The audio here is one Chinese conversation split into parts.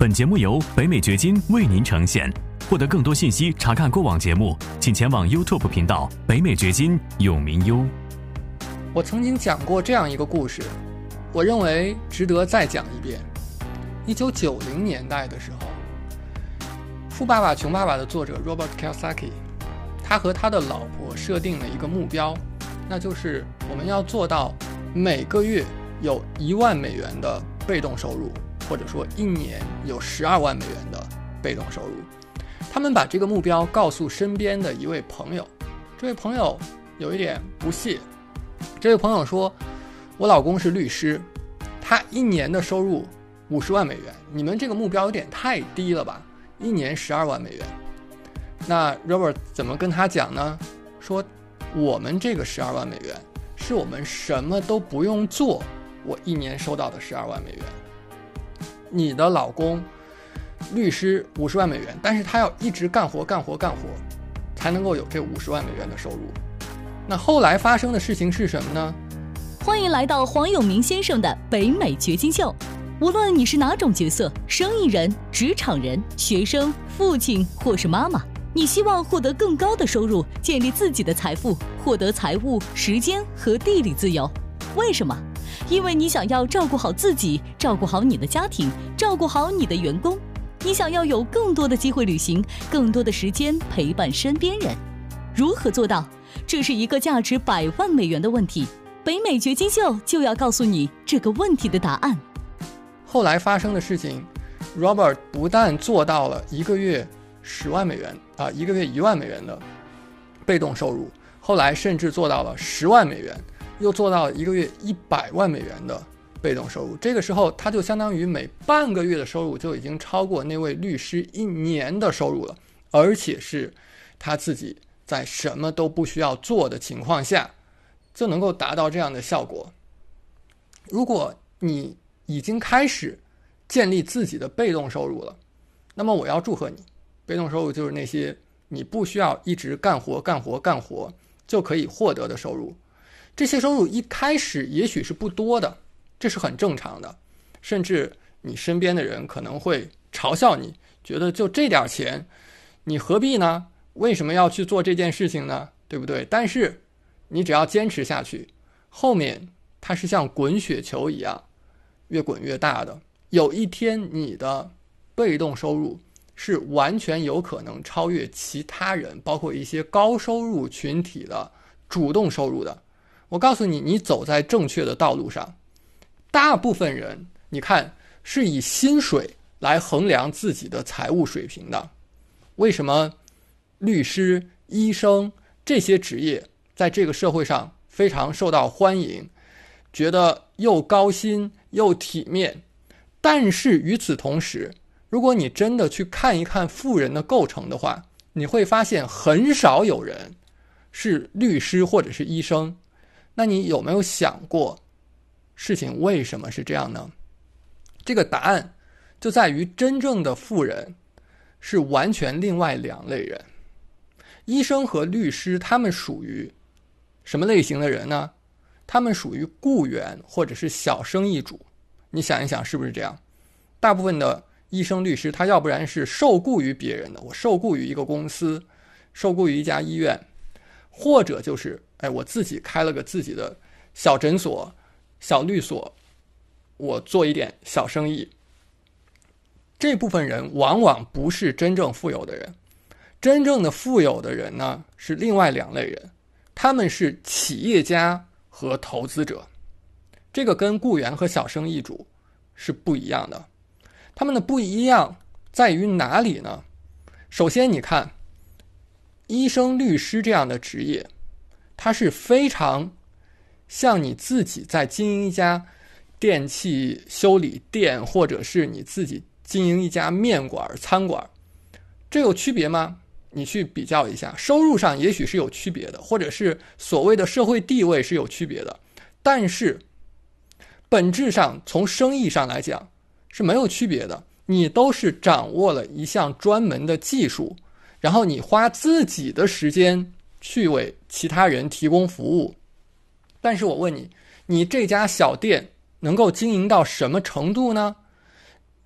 本节目由北美掘金为您呈现。获得更多信息，查看过往节目，请前往 YouTube 频道北美掘金永明优。 我曾经讲过这样一个故事，我认为值得再讲一遍。1990年代的时候，《富爸爸穷爸爸》的作者 Robert Kiyosaki， 他和他的老婆设定了一个目标，那就是我们要做到每个月有1万美元的被动收入，或者说1年有12万美元的被动收入。他们把这个目标告诉身边的一位朋友，这位朋友有一点不屑。这位朋友说，我老公是律师，他1年的收入50万美元，你们这个目标有点太低了吧，1年12万美元。那 Robert 怎么跟他讲呢？说我们这个12万美元是我们什么都不用做，我1年收到的12万美元。你的老公律师50万美元，但是他要一直干活才能够有这50万美元的收入。那后来发生的事情是什么呢？ 欢迎来到黄永明先生的北美掘金秀。无论你是哪种角色，生意人、职场人、学生、父亲或是妈妈，你希望获得更高的收入，建立自己的财富，获得财务、时间和地理自由。为什么？因为你想要照顾好自己，照顾好你的家庭，照顾好你的员工。你想要有更多的机会旅行，更多的时间陪伴身边人。如何做到？这是一个价值100万美元的问题。北美掘金秀就要告诉你这个问题的答案。 后来发生的事情， Robert 不但做到了1个月10万美元1个月1万美元的被动收入，后来甚至做到了10万美元，又做到了1个月100万美元的被动收入。这个时候他就相当于每半个月的收入就已经超过那位律师1年的收入了，而且是他自己在什么都不需要做的情况下就能够达到这样的效果。如果你已经开始建立自己的被动收入了，那么我要祝贺你。被动收入就是那些你不需要一直干活就可以获得的收入。这些收入一开始也许是不多的，这是很正常的，甚至你身边的人可能会嘲笑你，觉得就这点钱你何必呢？为什么要去做这件事情呢？对不对？但是你只要坚持下去，后面它是像滚雪球一样越滚越大的。有一天你的被动收入是完全有可能超越其他人，包括一些高收入群体的主动收入的。我告诉你，你走在正确的道路上。大部分人你看是以薪水来衡量自己的财务水平的。为什么律师、医生这些职业在这个社会上非常受到欢迎，觉得又高薪又体面？但是与此同时，如果你真的去看一看富人的构成的话，你会发现很少有人是律师或者是医生。那你有没有想过事情为什么是这样呢？这个答案就在于真正的富人是完全另外2类人。医生和律师他们属于什么类型的人呢？他们属于雇员或者是小生意主。你想一想是不是这样？大部分的医生律师他要不然是受雇于别人的，我受雇于一个公司，受雇于一家医院，或者就是我自己开了个自己的小诊所、小律所，我做一点小生意。这部分人往往不是真正富有的人。真正的富有的人呢，是另外2类人，他们是企业家和投资者。这个跟雇员和小生意主是不一样的。他们的不一样在于哪里呢？首先你看，医生、律师这样的职业，它是非常像你自己在经营一家电器修理店，或者是你自己经营一家面馆、餐馆。这有区别吗？你去比较一下，收入上也许是有区别的，或者是所谓的社会地位是有区别的，但是本质上从生意上来讲是没有区别的。你都是掌握了一项专门的技术，然后你花自己的时间去为其他人提供服务。但是我问你，你这家小店能够经营到什么程度呢？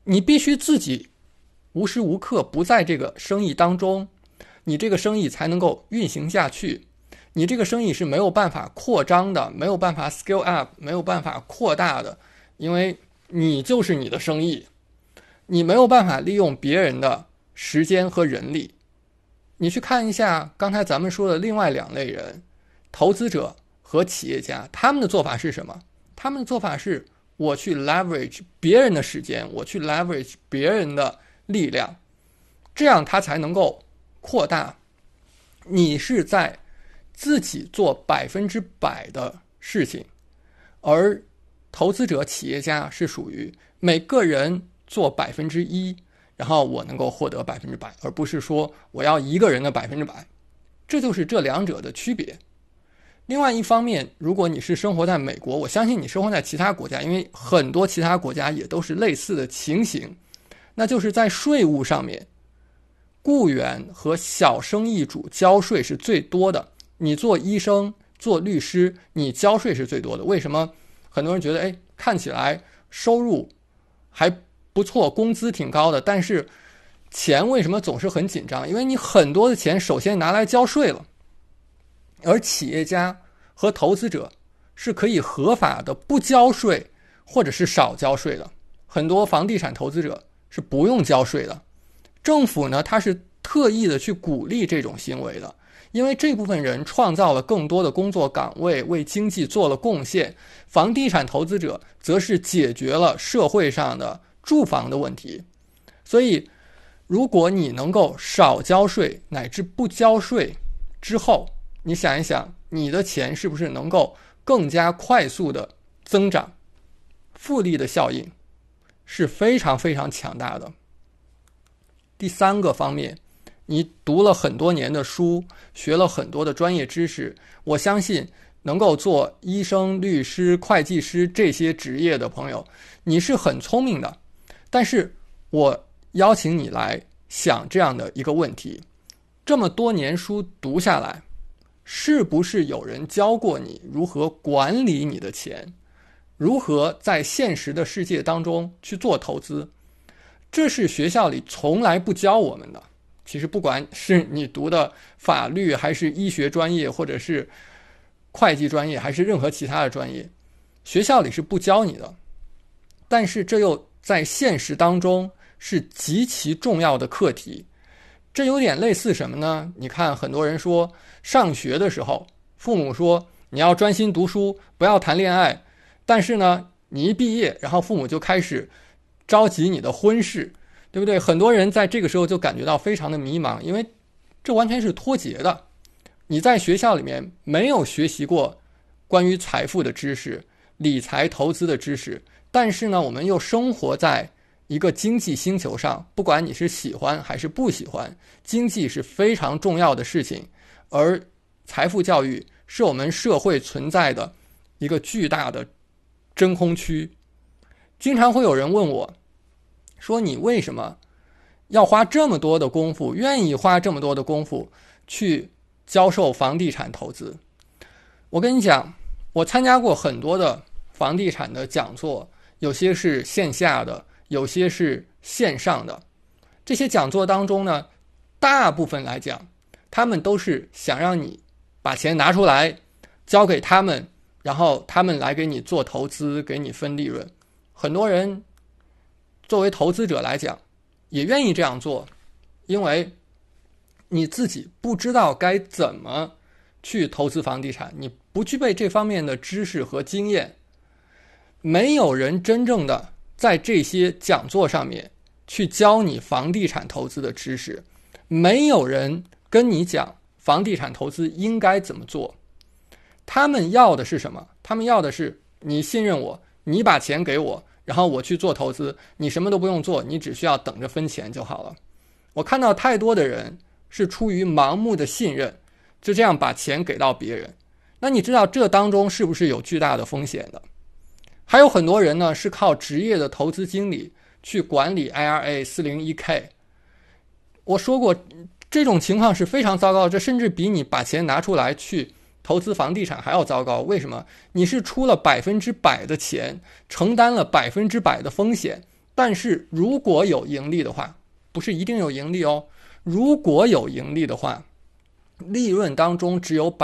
你必须自己无时无刻不在这个生意当中，你这个生意才能够运行下去。你这个生意是没有办法扩张的，没有办法 scale up， 没有办法扩大的，因为你就是你的生意，你没有办法利用别人的时间和人力。你去看一下刚才咱们说的另外2类人，投资者和企业家，他们的做法是什么？他们的做法是我去 leverage 别人的时间，我去 leverage 别人的力量，这样他才能够扩大。你是在自己做100%的事情，而投资者企业家是属于每个人做1%，然后我能够获得100%，而不是说我要一个人的100%。这就是这2者的区别。另外一方面，如果你是生活在美国，我相信你生活在其他国家，因为很多其他国家也都是类似的情形，那就是在税务上面，雇员和小生意主交税是最多的。你做医生、做律师，你交税是最多的。为什么？很多人觉得，看起来收入还不错，工资挺高的，但是钱为什么总是很紧张？因为你很多的钱首先拿来交税了。而企业家和投资者是可以合法的不交税，或者是少交税的。很多房地产投资者是不用交税的。政府呢，它是特意的去鼓励这种行为的，因为这部分人创造了更多的工作岗位，为经济做了贡献。房地产投资者则是解决了社会上的住房的问题。所以如果你能够少交税乃至不交税之后，你想一想，你的钱是不是能够更加快速的增长？复利的效应是非常非常强大的。第3个方面，你读了很多年的书，学了很多的专业知识，我相信能够做医生、律师、会计师这些职业的朋友，你是很聪明的。但是我邀请你来想这样的一个问题，这么多年书读下来，是不是有人教过你如何管理你的钱，如何在现实的世界当中去做投资？这是学校里从来不教我们的。其实不管是你读的法律，还是医学专业，或者是会计专业，还是任何其他的专业，学校里是不教你的。但是这又在现实当中是极其重要的课题。这有点类似什么呢？你看很多人说上学的时候，父母说你要专心读书，不要谈恋爱，但是呢你一毕业，然后父母就开始着急你的婚事，对不对？很多人在这个时候就感觉到非常的迷茫，因为这完全是脱节的。你在学校里面没有学习过关于财富的知识、理财投资的知识，但是呢我们又生活在一个经济星球上，不管你是喜欢还是不喜欢，经济是非常重要的事情，而财富教育是我们社会存在的一个巨大的真空区。经常会有人问我说，你为什么要花这么多的功夫，愿意花这么多的功夫去教授房地产投资？我跟你讲，我参加过很多的房地产的讲座，有些是线下的，有些是线上的。这些讲座当中呢，大部分来讲，他们都是想让你把钱拿出来交给他们，然后他们来给你做投资，给你分利润。很多人作为投资者来讲也愿意这样做，因为你自己不知道该怎么去投资房地产，你不具备这方面的知识和经验。没有人真正的在这些讲座上面去教你房地产投资的知识，没有人跟你讲房地产投资应该怎么做。他们要的是什么？他们要的是你信任我，你把钱给我，然后我去做投资，你什么都不用做，你只需要等着分钱就好了。我看到太多的人是出于盲目的信任，就这样把钱给到别人。那你知道这当中是不是有巨大的风险的？还有很多人呢是靠职业的投资经理去管理 IRA 401k。 我说过这种情况是非常糟糕的，这甚至比你把钱拿出来去投资房地产还要糟糕。为什么？你是出了100%的钱，承担了100%的风险， 但是如果有盈利的话，不是一定有盈利哦，如果有盈利的话，利润当中只有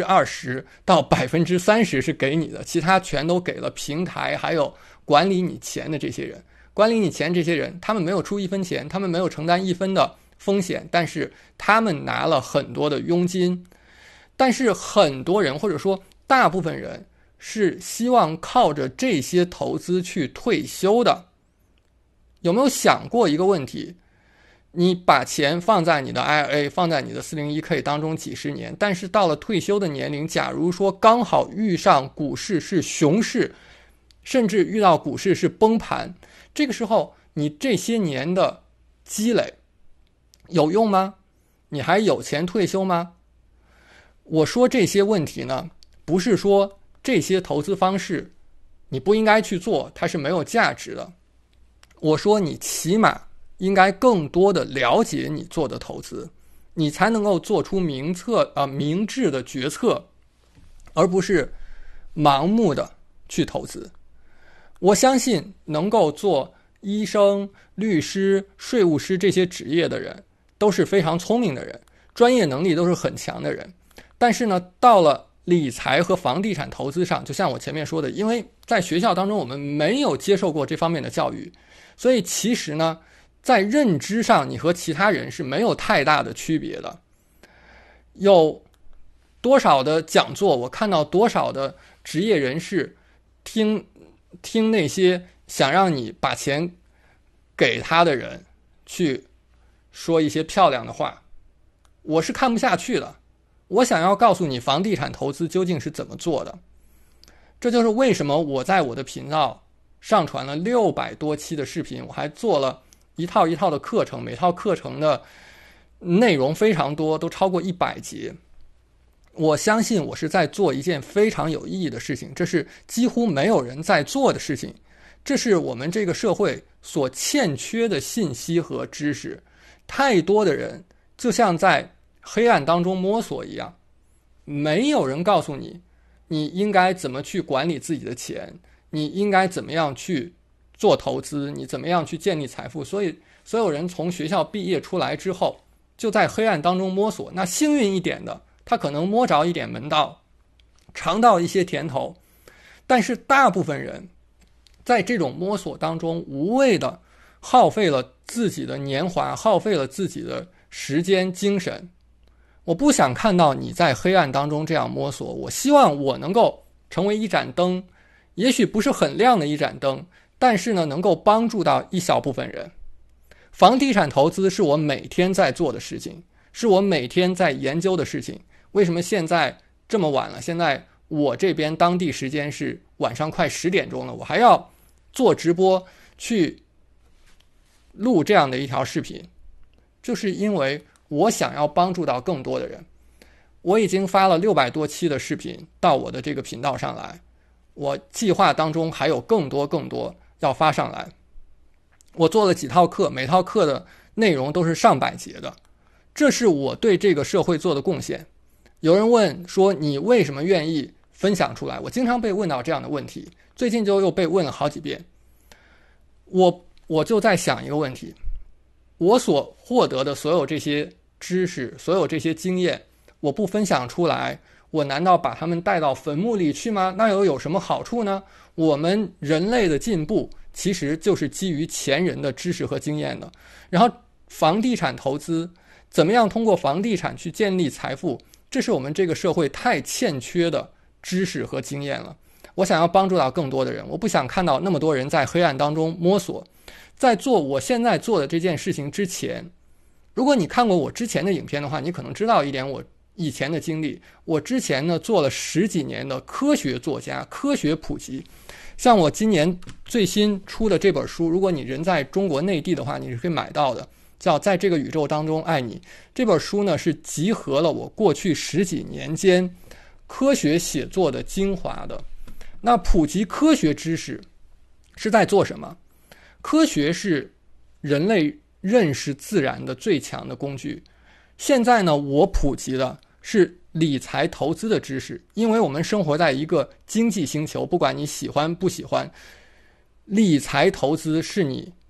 20%到30%是给你的，其他全都给了平台还有管理你钱的这些人。管理你钱这些人，他们没有出1分钱，他们没有承担1分的风险，但是他们拿了很多的佣金。但是很多人或者说大部分人是希望靠着这些投资去退休的。有没有想过一个问题？你把钱放在你的 IRA 放在你的 401k 当中几十年，但是到了退休的年龄，假如说刚好遇上股市是熊市，甚至遇到股市是崩盘，这个时候你这些年的积累有用吗？你还有钱退休吗？我说这些问题呢，不是说这些投资方式你不应该去做，它是没有价值的。我说你起码应该更多的了解你做的投资，你才能够做出明智的决策，而不是盲目的去投资。我相信能够做医生、律师、税务师这些职业的人都是非常聪明的人，专业能力都是很强的人。但是呢，到了理财和房地产投资上，就像我前面说的，因为在学校当中我们没有接受过这方面的教育，所以其实呢，在认知上你和其他人是没有太大的区别的。有多少的讲座，我看到多少的职业人士听那些想让你把钱给他的人去说一些漂亮的话，我是看不下去的。我想要告诉你房地产投资究竟是怎么做的。这就是为什么我在我的频道上传了600多期的视频，我还做了一套一套的课程，每套课程的内容非常多，都超过100节。我相信我是在做一件非常有意义的事情，这是几乎没有人在做的事情，这是我们这个社会所欠缺的信息和知识。太多的人就像在黑暗当中摸索一样，没有人告诉你你应该怎么去管理自己的钱，你应该怎么样去做投资，你怎么样去建立财富。所以所有人从学校毕业出来之后就在黑暗当中摸索，那幸运一点的他可能摸着一点门道，尝到一些甜头，但是大部分人在这种摸索当中无谓的耗费了自己的年华，耗费了自己的时间精神。我不想看到你在黑暗当中这样摸索，我希望我能够成为一盏灯，也许不是很亮的一盏灯，但是呢，能够帮助到一小部分人。房地产投资是我每天在做的事情，是我每天在研究的事情。为什么现在这么晚了？现在我这边当地时间是晚上快10点钟了，我还要做直播去录这样的一条视频，就是因为我想要帮助到更多的人。我已经发了600多期的视频到我的这个频道上来，我计划当中还有更多要发上来。我做了几套课，每套课的内容都是上百节的，这是我对这个社会做的贡献。有人问说你为什么愿意分享出来？我经常被问到这样的问题，最近就又被问了好几遍。我就在想一个问题，我所获得的所有这些知识，所有这些经验，我不分享出来，我难道把他们带到坟墓里去吗？那又有什么好处呢？我们人类的进步其实就是基于前人的知识和经验的。然后房地产投资，怎么样通过房地产去建立财富，这是我们这个社会太欠缺的知识和经验了。我想要帮助到更多的人，我不想看到那么多人在黑暗当中摸索。在做我现在做的这件事情之前，如果你看过我之前的影片的话，你可能知道一点我以前的经历。我之前呢做了10几年的科学作家，科学普及。像我今年最新出的这本书，如果你人在中国内地的话，你是可以买到的，叫《在这个宇宙当中爱你》。这本书呢是集合了我过去10几年间科学写作的精华的。那普及科学知识是在做什么？科学是人类认识自然的最强的工具。现在呢，我普及的是理财投资的知识，因为我们生活在一个经济星球，不管你喜欢不喜欢，理财投资是你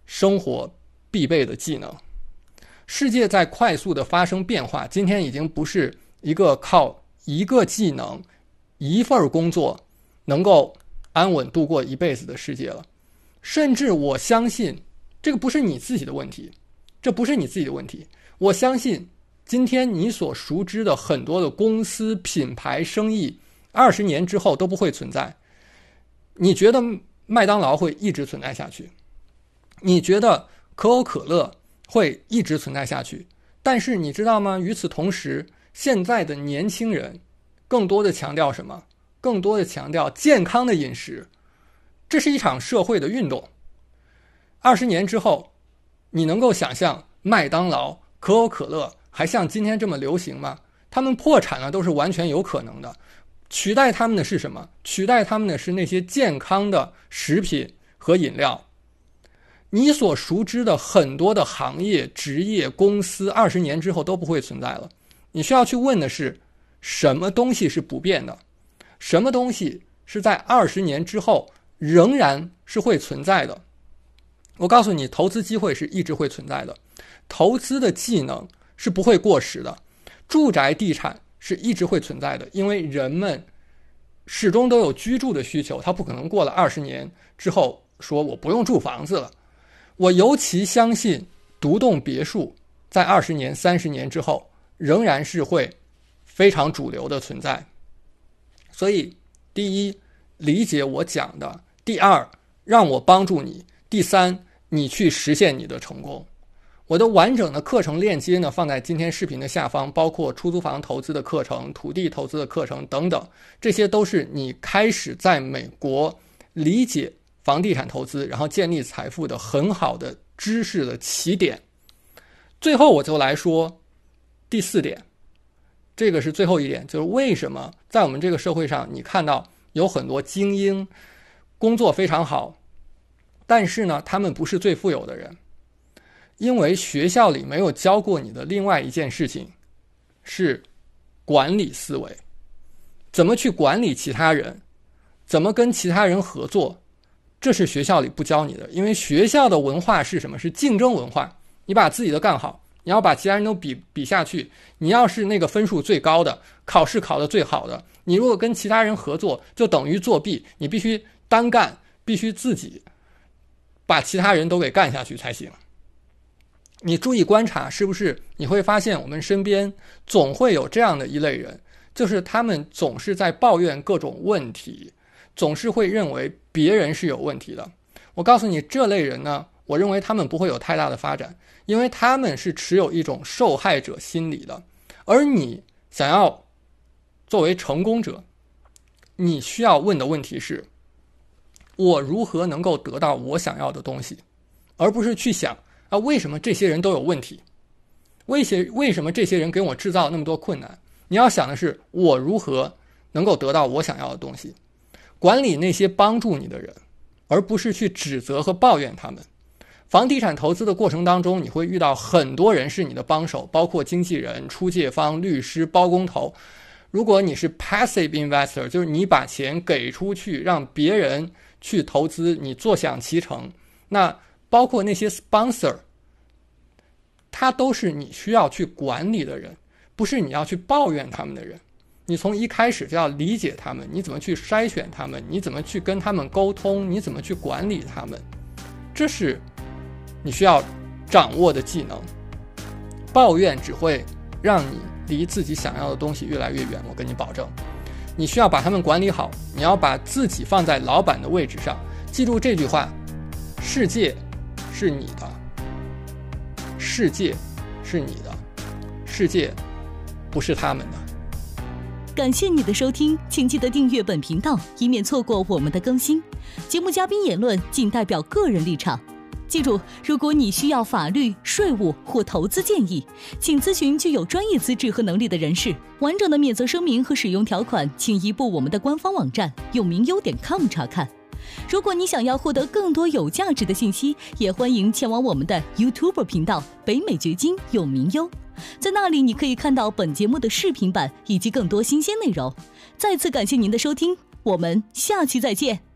生活必备的技能。世界在快速的发生变化，今天已经不是一个靠一个技能、一份工作能够安稳度过一辈子的世界了。甚至我相信，这个不是你自己的问题，这不是你自己的问题。我相信，今天你所熟知的很多的公司、品牌、生意，20年之后都不会存在。你觉得麦当劳会一直存在下去？你觉得可口可乐会一直存在下去？但是你知道吗？与此同时，现在的年轻人更多的强调什么？更多的强调健康的饮食。这是一场社会的运动。20年之后，你能够想象麦当劳、可口可乐还像今天这么流行吗？他们破产了都是完全有可能的。取代他们的是什么？取代他们的是那些健康的食品和饮料。你所熟知的很多的行业、职业、公司，20年之后都不会存在了。你需要去问的是，什么东西是不变的？什么东西是在20年之后仍然是会存在的？我告诉你，投资机会是一直会存在的，投资的技能是不会过时的，住宅地产是一直会存在的，因为人们始终都有居住的需求，他不可能过了20年之后说我不用住房子了。我尤其相信独栋别墅在20年、30年之后仍然是会非常主流的存在。所以，第一，理解我讲的；第二，让我帮助你；第三，你去实现你的成功。我的完整的课程链接呢，放在今天视频的下方，包括出租房投资的课程、土地投资的课程等等，这些都是你开始在美国理解房地产投资，然后建立财富的很好的知识的起点。最后我就来说第4点，这个是最后一点，就是为什么在我们这个社会上，你看到有很多精英工作非常好，但是呢，他们不是最富有的人。因为学校里没有教过你的另外一件事情，是管理思维，怎么去管理其他人，怎么跟其他人合作，这是学校里不教你的。因为学校的文化是什么？是竞争文化，你把自己的干好，你要把其他人都比下去，你要是那个分数最高的，考试考得最好的，你如果跟其他人合作，就等于作弊，你必须单干，必须自己把其他人都给干下去才行。你注意观察，是不是你会发现我们身边总会有这样的一类人，就是他们总是在抱怨各种问题，总是会认为别人是有问题的。我告诉你，这类人呢，我认为他们不会有太大的发展，因为他们是持有一种受害者心理的。而你想要作为成功者，你需要问的问题是，我如何能够得到我想要的东西，而不是去想为什么这些人都有问题？为什么这些人给我制造那么多困难？你要想的是，我如何能够得到我想要的东西？管理那些帮助你的人，而不是去指责和抱怨他们。房地产投资的过程当中，你会遇到很多人是你的帮手，包括经纪人、出借方、律师、包工头。如果你是 passive investor， 就是你把钱给出去，让别人去投资，你坐享其成，那包括那些 sponsor， 他都是你需要去管理的人，不是你要去抱怨他们的人。你从一开始就要理解他们，你怎么去筛选他们，你怎么去跟他们沟通，你怎么去管理他们，这是你需要掌握的技能。抱怨只会让你离自己想要的东西越来越远，我跟你保证。你需要把他们管理好，你要把自己放在老板的位置上。记住这句话，世界是你的，世界是你的，世界不是他们的。 感谢你的收听，请记得订阅本频道，以免错过我们的更新。节目嘉宾言论仅代表个人立场。记住，如果你需要法律、税务或投资建议，请咨询具有专业资质和能力的人士。完整的免责声明和使用条款，请移步我们的官方网站永明优.com 查看。如果你想要获得更多有价值的信息，也欢迎前往我们的 YouTube 频道北美掘金永明优，在那里你可以看到本节目的视频版以及更多新鲜内容。再次感谢您的收听，我们下期再见。